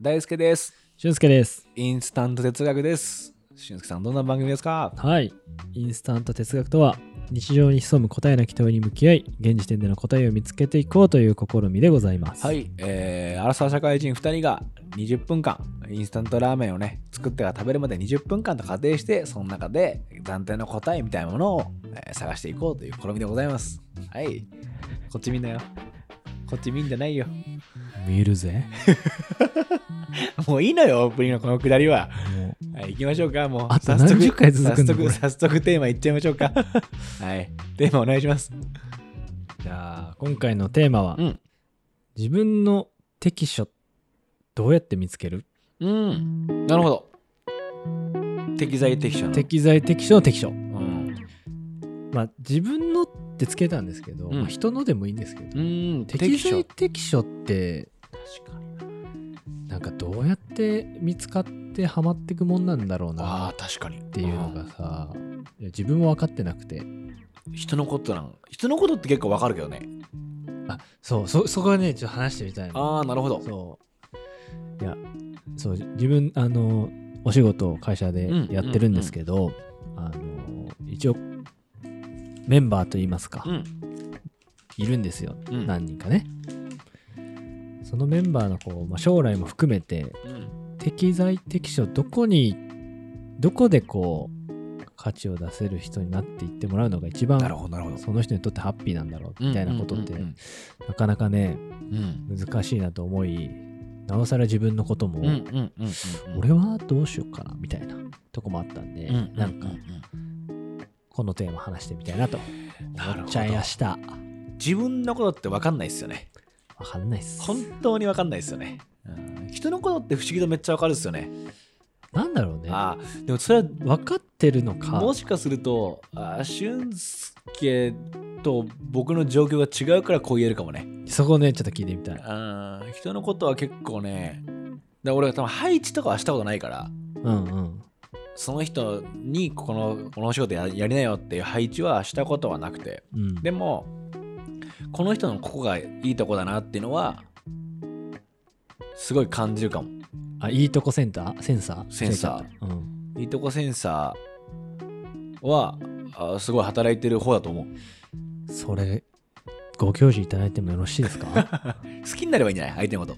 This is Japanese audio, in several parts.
大輔です。 俊介です。 インスタント哲学です。俊介さん、どんな番組ですか？ はい。インスタント哲学とは、日常に潜む答えなき問いに向き合い、現時点での答えを見つけていこうという試みでございます。 はい。アラサー社会人2人が20分間、インスタントラーメンをね、作ってから食べるまで20分間と仮定して、その中で暫定の答えみたいなものを、探していこうという試みでございます。はい。こっち見んなよ。こっち見んじゃないよ。 見るぜ。 もういいのよ、オープニングのこのくだりは。 もうはい、行きましょうか。もうあと何十回続くんだこれ早速テーマいっちゃいましょうか。はい。テーマお願いします。 じゃあ、今回のテーマは、 うん。 自分の適所、どうやって見つける？ なるほど。適材適所の。 適材適所の適所。 うん。 自分のってつけたんですけど、人のでもいいんですけど、適材適所って確かに。 なんかどうやって見つかってハマっていくもんなんだろうなっ確かに。 ていうのがさ、いや自分も分かってなくて。 人のことって結構わかるけどね。 そこはねちょっと話してみたいの。 なるほど。 そう自分お仕事を会社でやってるんですけど、一応メンバーといいますか、いるんですよ、何人かね。そのメンバーの将来も含めて、適材適所どこで価値を出せる人になっていってもらうのが一番その人にとってハッピーなんだろうみたいなことってなかなかね、難しいなと思い、なおさら自分のことも俺はどうしようかなみたいなとこもあったんで、なんかこのテーマ話してみたいなと思っちゃいました。 自分のことって分かんないっすよね。 分かんないっす。 本当に分かんないっすよね。人のことって不思議とめっちゃ分かるっすよね。 なんだろうね。 でもそれは分かってるのか。 もしかすると俊介と僕の状況が違うからこう言えるかもね。 そこをねちょっと聞いてみたい。 人のことは結構ね、俺は多分配置とかはしたことないから、その人にこのお仕事やりなよっていう配置はしたことはなくて、でもこの人のここがいいとこだなっていうのはすごい感じるかも。 いいとこセンサー、 いいとこセンサーはすごい働いてる方だと思う。 それご教示いただいてもよろしいですか？ 好きになればいいんじゃない？相手のこと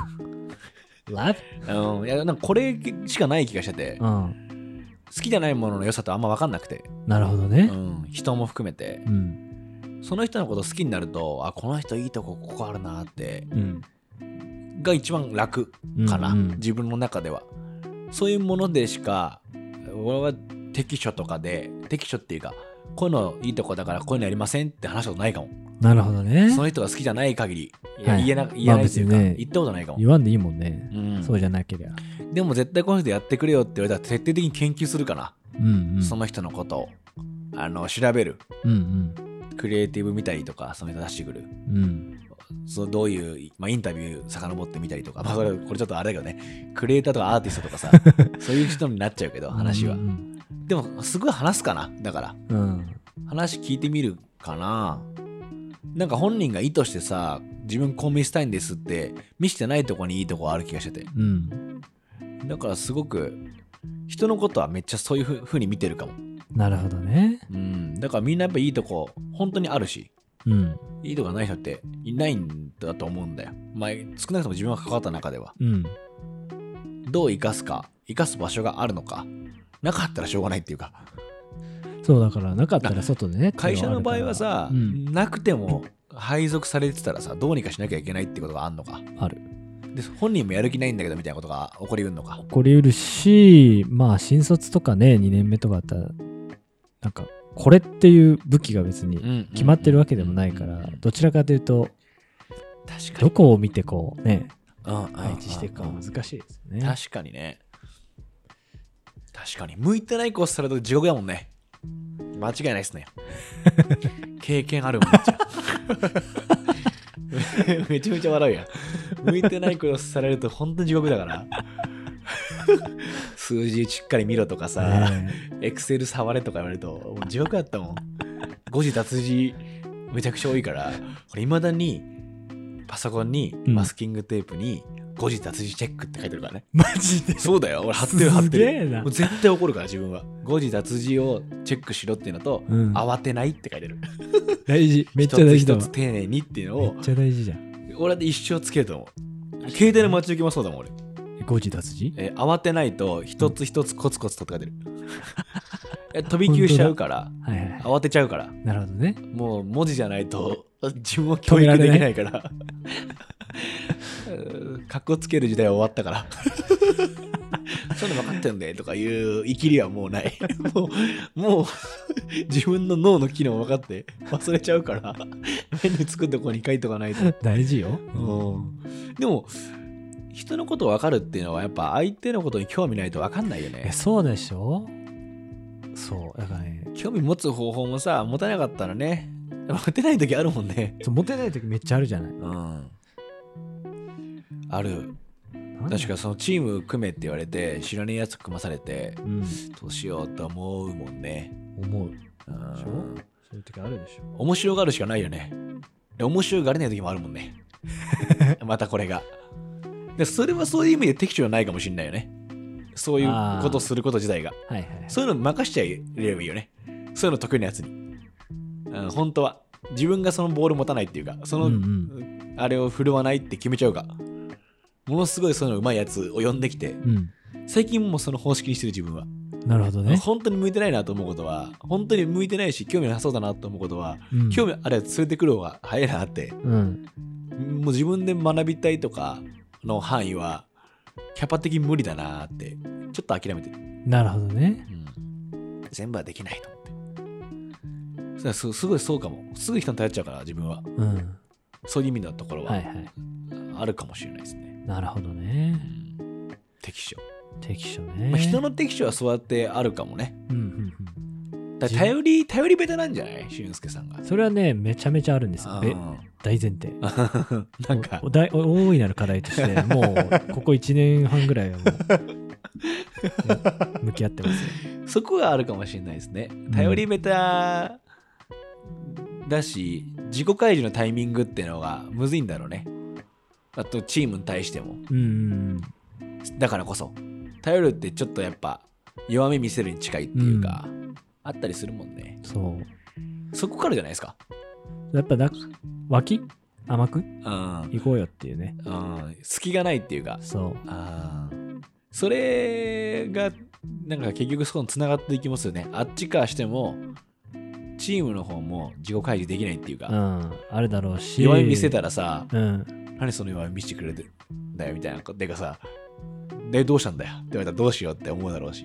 Love？ いやなんかこれしかない気がしてて、好きじゃないものの良さとあんま分かんなくて。 なるほどね。 人も含めて、その人のこと好きになると、この人いいとこここあるなって、が一番楽かな、自分の中では。そういうものでしか俺は適所っていうか、こういうのいいとこだからこういうのやりませんって話したことないかも。 なるほどね。 その人が好きじゃない限り言えないっていうか、言ったことないかも。 言わんでいいもんね、そうじゃなけりゃ。 でも絶対この人やってくれよって言われたら徹底的に研究するかな、その人のことを調べる、クリエイティブ見たりとか、その人出してくる、どういう、インタビュー遡ってみたりとか、これちょっとあれだけどね、クリエイターとかアーティストとかさそういう人になっちゃうけど話は、でもすごい話すかな。だから、話聞いてみるかな。なんか本人が意図してさ、自分こう見せたいんですって見せてないとこにいいとこある気がしてて、だからすごく人のことはめっちゃそういう風に見てるかも。 なるほどね。 だからみんなやっぱいいとこ本当にあるし、いいとこない人っていないんだと思うんだよ。少なくとも自分が関わった中では、どう生かす場所があるのか、なかったらしょうがないっていうか。 そうだから、なかったら外でね。 会社の場合はさ、なくても配属されてたらさ、どうにかしなきゃいけないってことがあるのか。 ある。 で本人もやる気ないんだけどみたいなことが起こりうるのか。 起こりうるし、新卒とかね、2年目とかあったら、なんかこれっていう武器が別に決まってるわけでもないから、どちらかというと、確かにどこを見て配置していくか難しいですよね。 確かにね。確かに向いてない子されると地獄だもんね。間違いないですね。経験あるもん。めちゃめちゃ笑うやん。向いてないことされると本当に地獄だから数字しっかり見ろとかさ、エクセル触れとか言われるともう地獄だったもん。誤字脱字めちゃくちゃ多いから、これ未だにパソコンにマスキングテープに誤字脱字チェックって書いてるからね。 マジで？ そうだよ。俺貼ってる貼ってる。 すげえな。 もう絶対怒るから自分は。誤字脱字をチェックしろっていうのと、慌てないって書いてる。 大事。めっちゃ大事だわ。 一つ一つ丁寧にっていうのを。 めっちゃ大事じゃん。 俺は一生つけると思う。携帯の待ち受けもそうだもん俺。 誤字脱字？ 慌てないと一つ一つコツコツとって書いてる。飛び級しちゃうから、はいはい、慌てちゃうから。 なるほどね。 もう文字じゃないと自分を教育できないから。かっこつける時代は終わったから。そういうの分かってんだよとかいうイキリはもうない。もう自分の脳の機能分かって忘れちゃうから目につくとこに書いとかないと。 大事よ。 でも人のこと分かるっていうのはやっぱ相手のことに興味ないと分かんないよね。 そうでしょ。そうだからね。 興味持つ方法もさ、持たなかったらね、持てない時あるもんね。 持てない時めっちゃあるじゃない。 ある。確かそのチーム組めって言われて知らねえやつ組まされて、どうしようと思うもんね。 思う。そういう時あるでしょ。 面白がるしかないよね。面白がれない時もあるもんね。またこれが。でそれはそういう意味で適当じゃないかもしれないよね。そういうことすること自体が、はいはい、そういうの任しちゃえればいいよね。そういうの得意なやつに、本当は自分がそのボール持たないっていうか、その、あれを振るわないって決めちゃうか、ものすごいそういうの上手いやつを呼んできて、最近もうその方式にしてる自分は。 なるほどね。 本当に向いてないなと思うことは、本当に向いてないし興味なさそうだなと思うことは、興味あれ連れてくる方が早いなって、もう自分で学びたいとかの範囲はキャパ的に無理だなってちょっと諦めてる。 なるほどね、 全部はできないと思って。すごいそうかも。すぐ人に頼っちゃうから自分は、そういう意味のところはあるかもしれないですね。 なるほどね、 適所ね、 人の適所はそうやってあるかもね。だ頼り下手なんじゃない俊介さんが。 それはねめちゃめちゃあるんですよ。大前提。 なんか大いなる課題としてもうここ1年半ぐらいはもう向き合ってますよ。 そこがあるかもしれないですね。頼り下手だし、自己開示のタイミングっていうのがむずいんだろうね。あとチームに対しても、だからこそ頼るってちょっとやっぱ弱み見せるに近いっていうか、あったりするもんね。そこからじゃないですか。 やっぱ脇甘く、行こうよっていうね、 隙がないっていうか、それがなんか結局そこに繋がっていきますよね。あっちからしてもチームの方も自己開示できないっていうか、 あるだろうし、 弱み見せたらさ、何その弱み見せてくれてんだよみたいなでかさ、でどうしたんだよって言われたらどうしようって思うだろうし。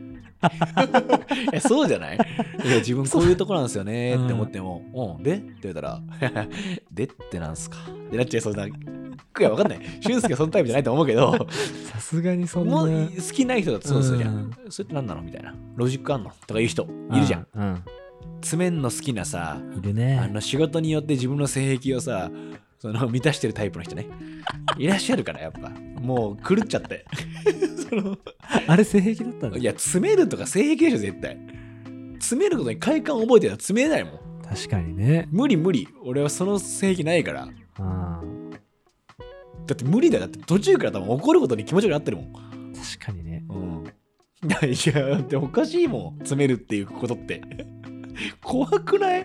そうじゃない？いや自分こういうとこなんですよねって思っても、でって言われたらでってなんすかってなっちゃいそうな。いや分かんない。俊介はそのタイプじゃないと思うけど、 さすがにそんなもう好きない人だとそうするじゃん。それって何なのみたいな。ロジックあんのとか言う人いるじゃん。詰めんの好きなさ、 いるね。 仕事によって自分の性癖をさ、満たしてるタイプの人ね、いらっしゃるから。やっぱもう狂っちゃってあれ性癖だったんだ。 いや詰めるとか性癖でしょ絶対。詰めることに快感を覚えてたら詰めないもん。 確かにね。無理。俺はその性癖ないから。だって無理だよ。だって途中から多分怒ることに気持ちよくなってるもん。 確かにね。 いやだっておかしいもん、詰めるっていうことって怖くない？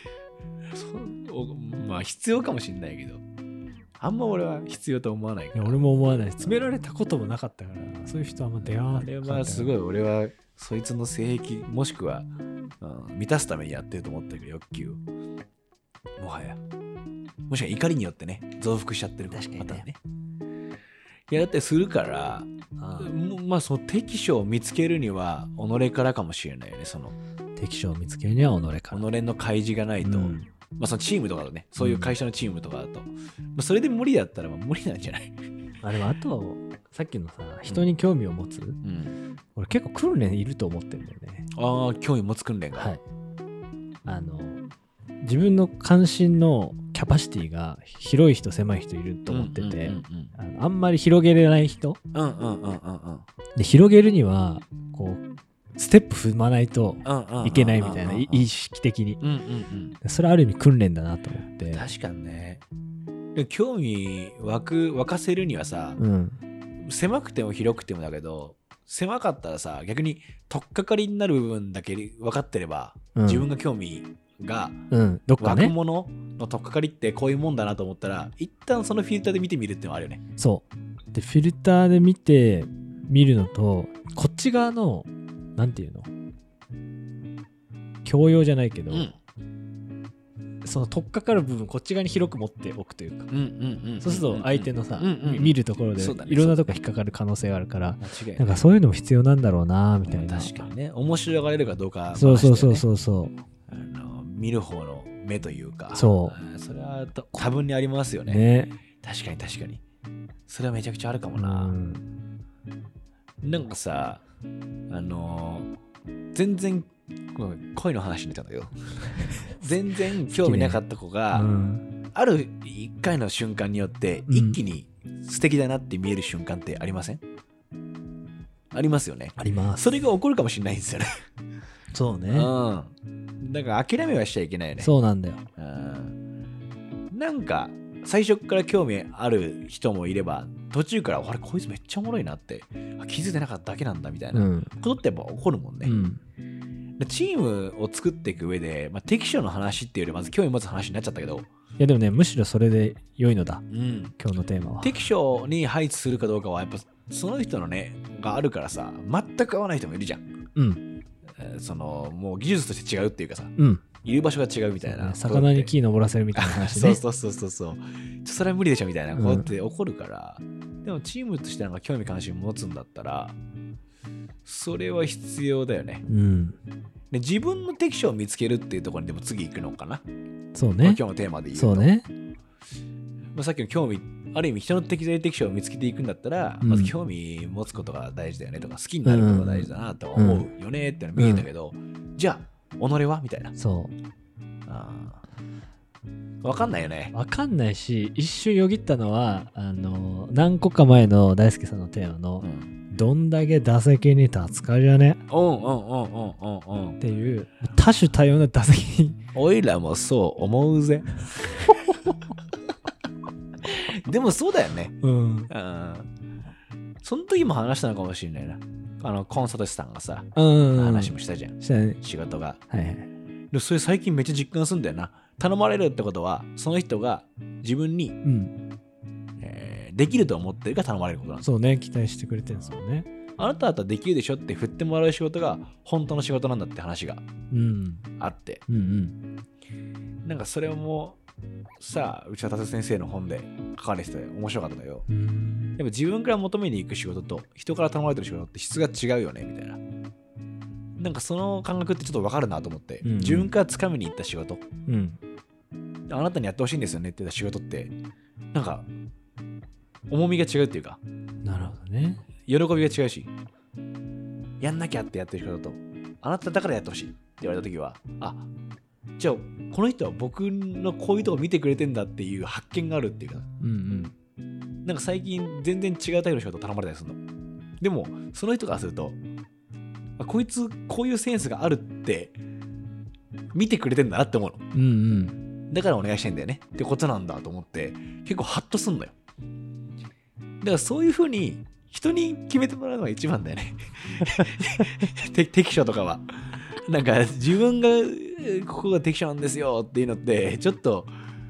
まあ必要かもしんないけど、あんま俺は必要と思わないから。 俺も思わない。詰められたこともなかったから、そういう人はあんま出会わない。 あれはすごい、俺はそいつの性癖もしくは、満たすためにやってると思ったけど、欲求をもはやもしくは怒りによってね増幅しちゃってるパターンね。いやだってするから、まあその適所を見つけるには己からかもしれないよね。その適所を見つけるには己から。 己の開示がないと、まあそのチームとかだとね、そういう会社のチームとかだと、それで無理だったら無理なんじゃない？ でもあとさっきのさ、人に興味を持つ、俺結構訓練いると思ってるんだよね。 興味持つ訓練が。はい。 自分の関心のキャパシティが広い人狭い人いると思ってて、あんまり広げれない人、で広げるにはこうステップ踏まないといけないみたいな、意識的に、それある意味訓練だなと思って。 確かにね。 興味湧かせるにはさ、狭くても広くてもだけど、狭かったらさ、逆に取っかかりになる部分だけ分かってれば、自分が興味が湧くものの取っかかりってこういうもんだなと思ったら、一旦そのフィルターで見てみるってのはあるよね。 そうで、フィルターで見るのと、こっち側のなんていうの、教養じゃないけど、その取っかかる部分こっち側に広く持っておくというか、そうすると相手のさ、見るところでいろんなとこ引っかかる可能性があるから、なんかそういうのも必要なんだろうなみたいな。 確かにね、面白がれるかどうか、 そう、 見る方の目というか、 それは多分にありますよね。確かにそれはめちゃくちゃあるかもな。なんかさ、全然恋の話になっちゃうんだけど全然興味なかった子が、ある一回の瞬間によって一気に素敵だなって見える瞬間ってありません？ありますよね。 あります。 それが起こるかもしれないんですよね。 そうね。 だから諦めはしちゃいけないよね。 そうなんだよ。 なんか最初から興味ある人もいれば、途中からあれこいつめっちゃおもろいなって気づいてなかっただけなんだみたいなことってやっぱ起こるもんね。チームを作っていく上で、適所の話っていうよりまず興味持つ話になっちゃったけど、 いやでもね、むしろそれで良いのだ、今日のテーマは。 適所に配置するかどうかはやっぱその人のねがあるからさ、全く合わない人もいるじゃん。もう技術として違うっていうかさ、いる場所が違うみたいな、 魚に木登らせるみたいな話ね。 そうそれは無理でしょみたいなことって起こるから、でもチームとしてなんか興味関心持つんだったらそれは必要だよね。で自分の適所を見つけるっていうところにでも次行くのかな。 そうね。 今日のテーマで言うと。 そうね。 さっきの興味、ある意味人の適材適所を見つけていくんだったら、まず興味持つことが大事だよねとか、好きになることが大事だなと思うよねってのが見えたけど、じゃあ己はみたいな。分かんないよね。 分かんないし、一瞬よぎったのは何個か前の大輔さんのテーマの、どんだけ打席に立つかじゃねっていう多種多様な打席においらもそう思うぜ。でもそうだよね。その時も話したのかもしれないな。コンサート師さんがさ、話もしたじゃん。仕事が。でそれ最近めっちゃ実感するんだよな。頼まれるってことはその人が自分に、できると思ってるから頼まれることなんです。 そうね、期待してくれてるんですよね。 あなただったらできるでしょって振ってもらう仕事が本当の仕事なんだって話があって、なんかそれもさ、内田達先生の本で書かれてて面白かったのよ。やっぱ自分から求めに行く仕事と人から頼まれてる仕事って質が違うよねみたいな。なんかその感覚ってちょっと分かるなと思って、自分から掴みに行った仕事、あなたにやってほしいんですよねって言った仕事ってなんか重みが違うっていうか、 なるほどね、 喜びが違うし、やんなきゃってやってる仕事と、あなただからやってほしいって言われた時は、じゃあこの人は僕のこういうとこ見てくれてんだっていう発見があるっていうか、なんか最近全然違うタイプの仕事を頼まれたりするの。でもその人からすると、こいつこういうセンスがあるって見てくれてんだなって思うの、だからお願いしてんだよねってことなんだと思って結構ハッとすんのよ。だからそういう風に人に決めてもらうのが一番だよね。適所とかはなんか自分がここが適所なんですよっていうのってちょっと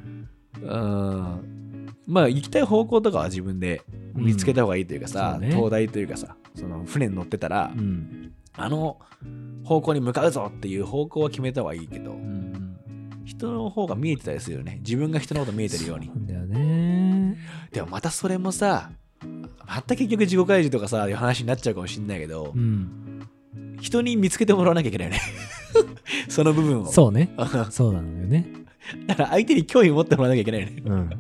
行きたい方向とかは自分で見つけた方がいいというかさ、東大というかさ、その船に乗ってたら、あの方向に向かうぞっていう方向は決めた方がいいけど、人の方が見えてたりするよね。自分が人のこと見えてるように。 そうだよね。 でもまたそれもさ、また結局自己開示とかさいう話になっちゃうかもしんないけど、人に見つけてもらわなきゃいけないよね。その部分を。 そうね。そうなのよね。 だから相手に興味持ってもらわなきゃいけないよね。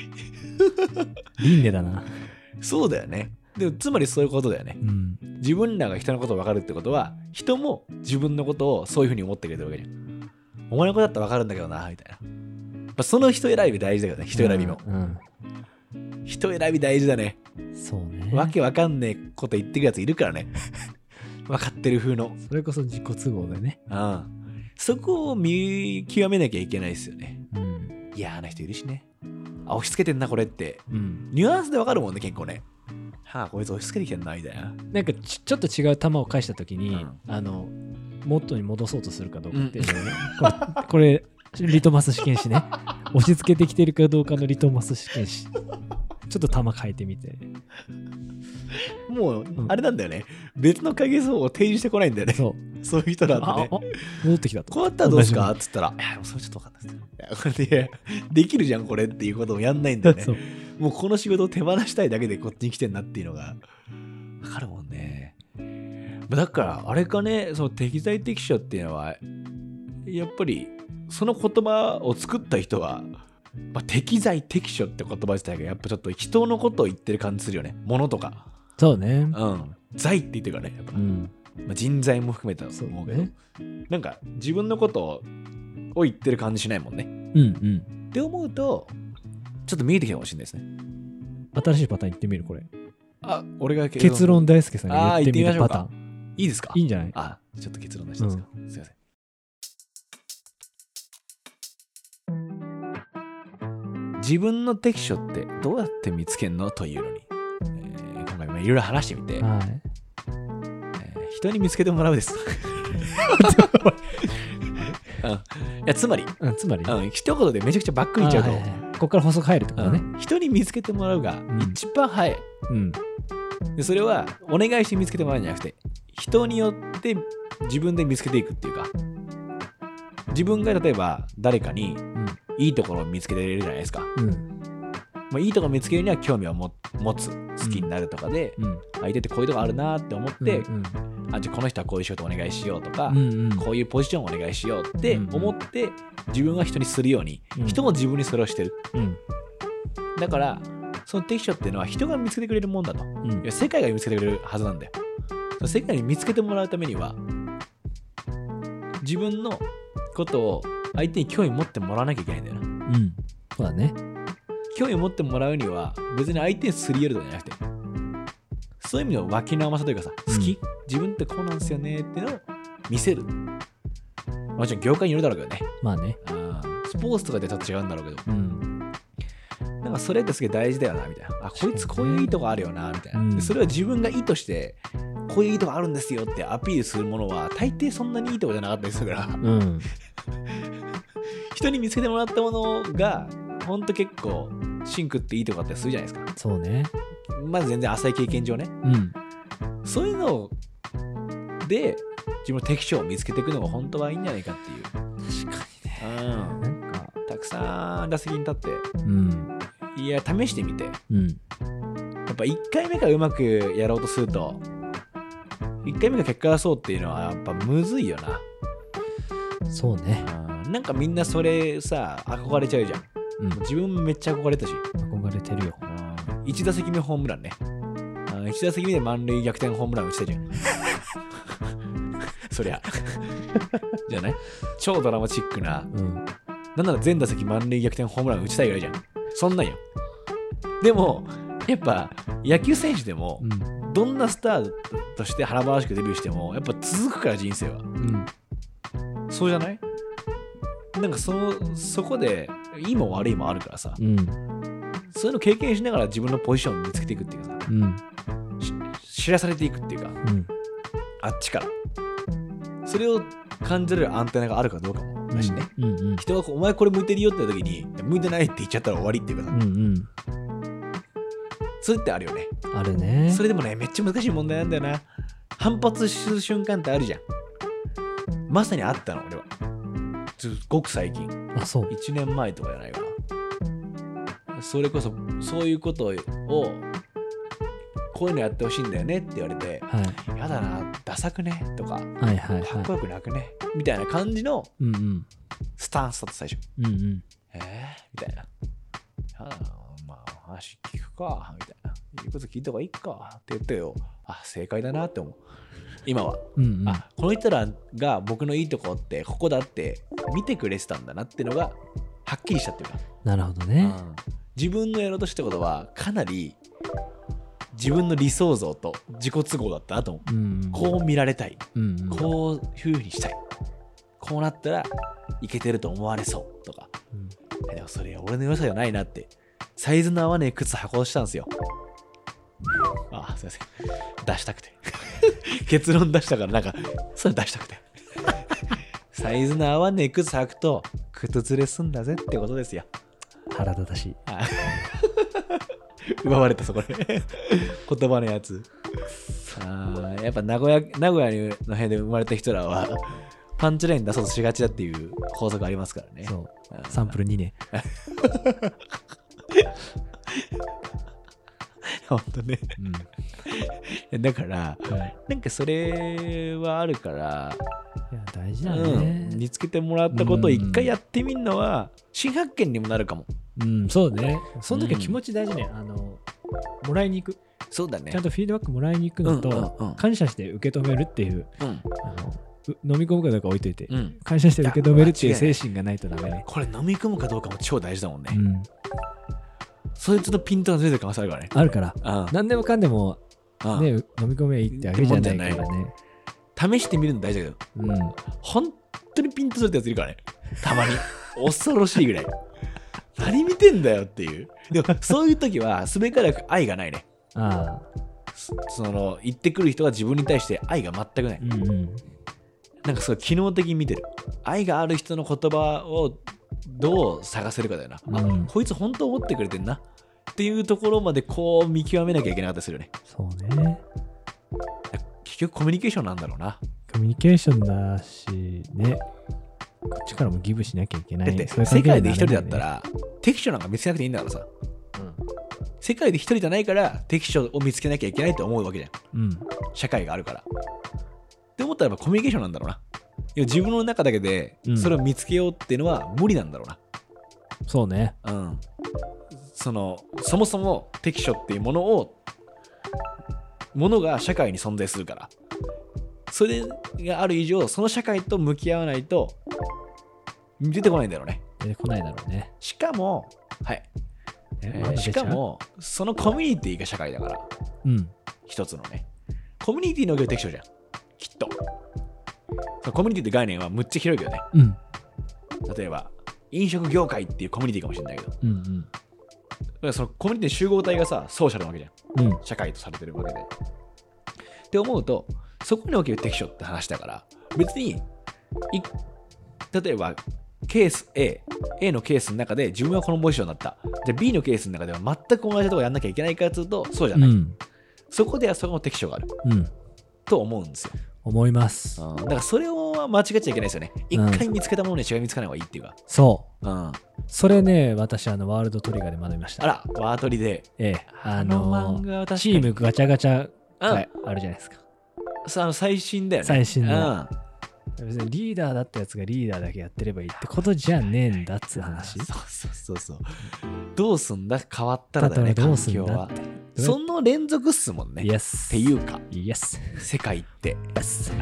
輪廻だな。 そうだよね。でもつまりそういうことだよね。自分らが人のことを分かるってことは、人も自分のことをそういうふうに思ってくれてるわけじゃん。お前のことだったら分かるんだけどなみたいな。その人選び大事だよね。人選びも。人選び大事だね。 そうね。 わけわかんねえこと言ってくやついるからね。分かってる風の。 それこそ自己都合だよね。 そこを見極めなきゃいけないですよね。嫌な人いるしね。 押し付けてんなこれって、ニュアンスでわかるもんね結構ね。こいつ押し付けてきてんなみたいな。 なんかちょっと違う球を返した時に、元に戻そうとするかどうかっていうのね、これリトマス試験紙ね。押し付けてきてるかどうかのリトマス試験紙。ちょっと球変えてみて。 もう、あれなんだよね。別の影像を提示してこないんだよね。そういう人なんでね。 戻ってきたと。 こうやったらどうですかっつったら、それちょっと分かんないです。これで、できるじゃん、これっていうことをやんないんだよね。もうこの仕事を手放したいだけでこっちに来てんなっていうのが分かるもんね。だから、あれかね、その適材適所っていうのは、やっぱり、その言葉を作った人は、適材適所って言葉自体がやっぱちょっと人のことを言ってる感じするよね。物とか。 そうね。 財って言ってるからね。やっぱ人材も含めたと思うけど、なんか自分のことを言ってる感じしないもんね。って思うと、ちょっと見えてきたかもしれないですね。 新しいパターン言ってみるこれ。 俺が結論大輔さんが言ってみるパターン。 いいですか？ いいんじゃない？ ちょっと結論出していいですか？すいません。自分の適所ってどうやって見つけるのというのに、今回もいろいろ話してみて、人に見つけてもらうです。いやつまり、一言でめちゃくちゃバックリいっちゃうと、 ここから補足入るってことね。 人に見つけてもらうが一番早い。でそれはお願いして見つけてもらうんじゃなくて、人によって自分で見つけていくっていうか、自分が例えば誰かにいいところを見つけられるじゃないですか。いいところを見つけるには興味を持つ、好きになるとかで、相手ってこういうとこあるなって思って、じゃあこの人はこういう仕事お願いしようとか、こういうポジションお願いしようって思って自分は人にするように、人も自分にそれをしてる。だからその適所っていうのは人が見つけてくれるもんだと。世界が見つけてくれるはずなんだよ。世界に見つけてもらうためには自分のことを相手に興味持ってもらわなきゃいけないんだよな。 そうだね。 興味持ってもらうには別に相手にすり寄るとかじゃなくて、そういう意味の脇の甘さというかさ、好き、自分ってこうなんですよねっていうのを見せる。もちろん業界によるだろうけどね。スポーツとかでちょっと違うんだろうけど、なんかそれってすげえ大事だよなみたいな。こいつこういういいとこあるよなみたいな。でそれは自分が意図してこういういいとこあるんですよってアピールするものは大抵そんなにいいとこじゃなかったりするから、人に見つけてもらったものがほんと結構シンクっていいとこあったりするじゃないですか。 そうね。 まず全然浅い経験上ね、そういうので自分の適所を見つけていくのが本当はいいんじゃないかっていう。 確かにね。なんかたくさん打席に立って、いや試してみて、やっぱ1回目からうまくやろうとすると1回目が結果出そうっていうのはやっぱむずいよな。 そうね。 なんかみんなそれさ憧れちゃうじゃん。自分もめっちゃ憧れたし。 憧れてるよ。 1打席目ホームランね。1打席目で満塁逆転ホームラン打ちたじゃん。そりゃ。じゃない？超ドラマチックな。なんなら全打席満塁逆転ホームラン打ちたいぐらいじゃん。そんなんよ。でもやっぱ野球選手でも、どんなスターとして華々しくデビューしてもやっぱ続くから人生は。そうじゃない？なんかそこでいいも悪いもあるからさ、そういうの経験しながら自分のポジションを見つけていくっていうかさ、知らされていくっていうか、あっちからそれを感じられるアンテナがあるかどうかもだしね、人がお前これ向いてるよって言った時に向いてないって言っちゃったら終わりっていうかさ、それってあるよね。 あるね。 それでもねめっちゃ難しい問題なんだよな。反発する瞬間ってあるじゃん。まさにあったの俺は。ごく最近。 そう。 1年前とかじゃないかな。それこそそういうことをこういうのやってほしいんだよねって言われて、やだなダサくねとか、かっこよくなくねみたいな感じのスタンスだった最初。みたいな。やだなまあ話聞くかみたいな。言うこと聞いた方がいいかって言ってよ。正解だなって思う。今は、この人らが僕のいいとこってここだって見てくれてたんだなっていうのがはっきりしたっていうか。 なるほどね。 自分のやろうとしたことはかなり自分の理想像と自己都合だったなと思う。こう見られたい、こういう風にしたい、こうなったらいけてると思われそうとか、でもそれ俺の良さじゃないなってサイズの合わねえ靴履こうとしたんですよ。あ、すいません。出したくて。結論出したから、なんか、それ出したくて。サイズの合わねえ靴履くと、靴ずれすんだぜってことですよ。 腹立たしい。 奪われた、そこで。言葉のやつ。やっぱ名古屋の辺で生まれた人らは、パンチライン出そうとしがちだっていう法則ありますからね。 そう。サンプル2ね。 ほんとね。だから、なんかそれはあるから、 いや大事だね、 見つけてもらったことを一回やってみるのは新発見にもなるかも。 そうね。その時は気持ち大事ね。もらいに行く。 そうだね。 ちゃんとフィードバックもらいに行くのと、感謝して受け止めるっていう、飲み込むかどうか置いといて、感謝して受け止めるっていう精神がないとダメね。 これ飲み込むかどうかも超大事だもんね。そいつのピントがずれてる可能性あるからね。 あるから。何でもかんでも、ね、飲み込めばいいってわけじゃないからね。 試してみるの大事だけど、本当にピントずれたやついるからね。たまに。恐ろしいぐらい。何見てんだよっていう。でも、そういう時は、すべからく愛がないね。言ってくる人が自分に対して愛が全くない。なんかそう、機能的に見てる。愛がある人の言葉をどう探せるかだよな。こいつ本当思ってくれてんな。っていうところまでこう見極めなきゃいけなかったりするよね。 そうね。 結局コミュニケーションなんだろうな。 コミュニケーションだしね。こっちからもギブしなきゃいけない。 だって世界で一人だったら適所なんか見つけなくていいんだからさ。世界で一人じゃないから適所を見つけなきゃいけないと思うわけじゃん。社会があるから。って思ったらやっぱコミュニケーションなんだろうな。自分の中だけでそれを見つけようっていうのは無理なんだろうな。 そうね。 そもそも適所っていうものが社会に存在するから、それがある以上その社会と向き合わないと出てこないんだろうね。 出てこないだろうね。 しかもしかもそのコミュニティが社会だから、一つのねコミュニティのおける適所じゃんきっと。そのコミュニティって概念はむっちゃ広いけどね、例えば飲食業界っていうコミュニティかもしれないけど、だからそのコミュニティの集合体がさソーシャルなわけじゃん、社会とされてるわけでって思うと、そこにおける適所って話だから、別に例えばケース A のケースの中で自分はこのポジションだった、じゃあ B のケースの中では全く同じところやんなきゃいけないかというとそうじゃない、そこではそこの適所がある、と思うんですよ。 思います。 だからそれを間違っちゃいけないですよね。一回見つけたものに違い見つかない方がいいっていうか。 そう。それね、私ワールドトリガーで学びました。 あら、ワートリで。 漫画はチームガチャガチャあるじゃないですか。 最新だよね。 最新の。別にリーダーだったやつがリーダーだけやってればいいってことじゃねえんだっつう話。 そう。どうすんだ変わったらだね、環境は。その連続っすもんね。っていうか、世界って。ベス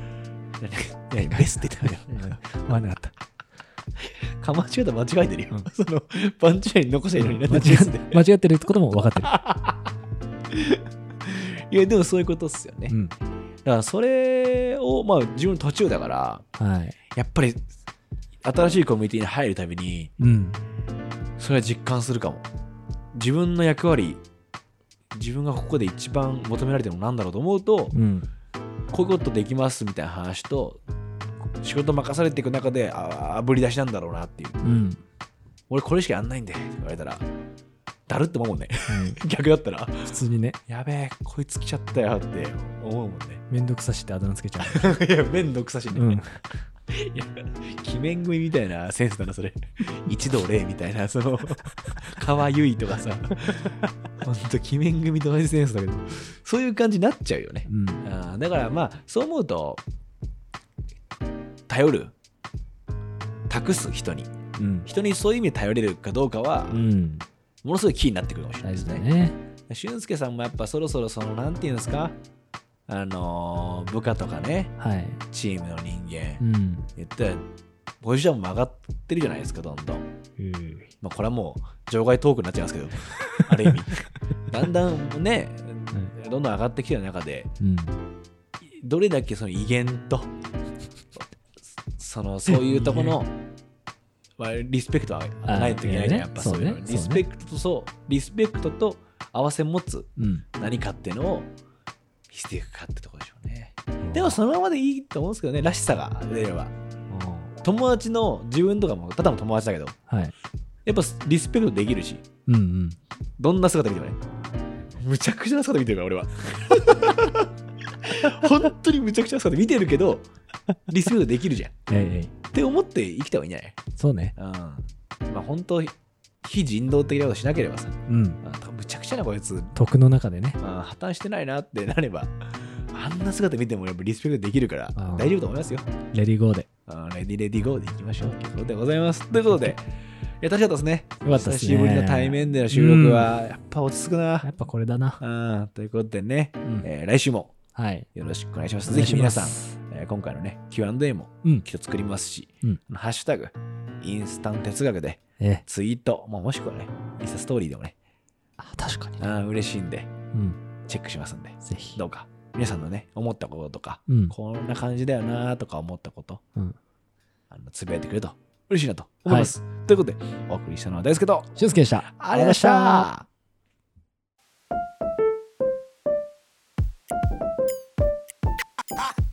って言ったよ。 間違った。 かまち方間違えてるよ。そのパンチライン残せるようになって間違ってるってことも分かってる。いや、でもそういうことっすよね。だからそれを自分途中だから、やっぱり新しいコミュニティに入るたびに、それは実感するかも。自分の役割、自分がここで一番求められてるのなんだろうと思うと、こういうことできますみたいな話と、仕事任されていく中であぶり出しなんだろうなっていう、俺これしかやんないんでって言われたらだるって思うもんね、逆だったら普通にね、 やべえこいつ来ちゃったよって思うもんね。 めんどくさしってあだ名つけちゃういやめんどくさしね、いや鬼面組みたいなセンスだなそれ。一同礼みたいな、その川結衣とかさほんと鬼面組と同じセンスだけど、そういう感じになっちゃうよね、だからそう思うと頼る、託す人に、人にそういう意味で頼れるかどうかは、ものすごいキーになってくるかもしれないですね。俊介さんもやっぱそろそろなんていうんですか、部下とかね、チームの人間、言ったらポジションも上がってるじゃないですか、どんどん。これはもう場外トークになっちゃいますけどある意味だんだんね、どんどん上がってきてる中で、どれだけその威厳とそういうとこのまあ、リスペクトはないといけないじゃん、やっぱそういうの。リスペクトと合わせ持つ何かっていうのをしていくかってところでしょうね。でもそのままでいいと思うんですけどね、らしさが出れば。友達の自分とかもただの友達だけど、はい、やっぱリスペクトできるし、うんうん、どんな姿見てもね、むちゃくちゃな姿見てるから俺は本当にむちゃくちゃな姿見てるけどリスペクトできるじゃん、って思って生きた方がいいんじゃない？そうね、うん、まあ本当非人道的なことしなければさ、うん、むちゃくちゃなこいつ徳の中でね、 破綻してないなってなれば、あんな姿見てもやっぱリスペクトできるから大丈夫と思いますよ。 レディーゴーでレディーゴーでいきましょうということでございます。ということで、楽しかったですね。 よかったですね。 久しぶりの対面での収録はやっぱ落ち着くな。 やっぱこれだな。 ということでね、来週もよろしくお願いします。ぜひ皆さん、今回のね Q&A もきっと作りますし、ハッシュタグインスタント哲学でツイート、もしくはねインスタストーリーでもね、 確かに嬉しいんで、チェックしますんで、ぜひどうか皆さんのね思ったこととか、こんな感じだよなとか思ったこと、つぶやいてくれると嬉しいなと思います。ということでお送りしたのは大輔と俊介でした。 ありがとうございました。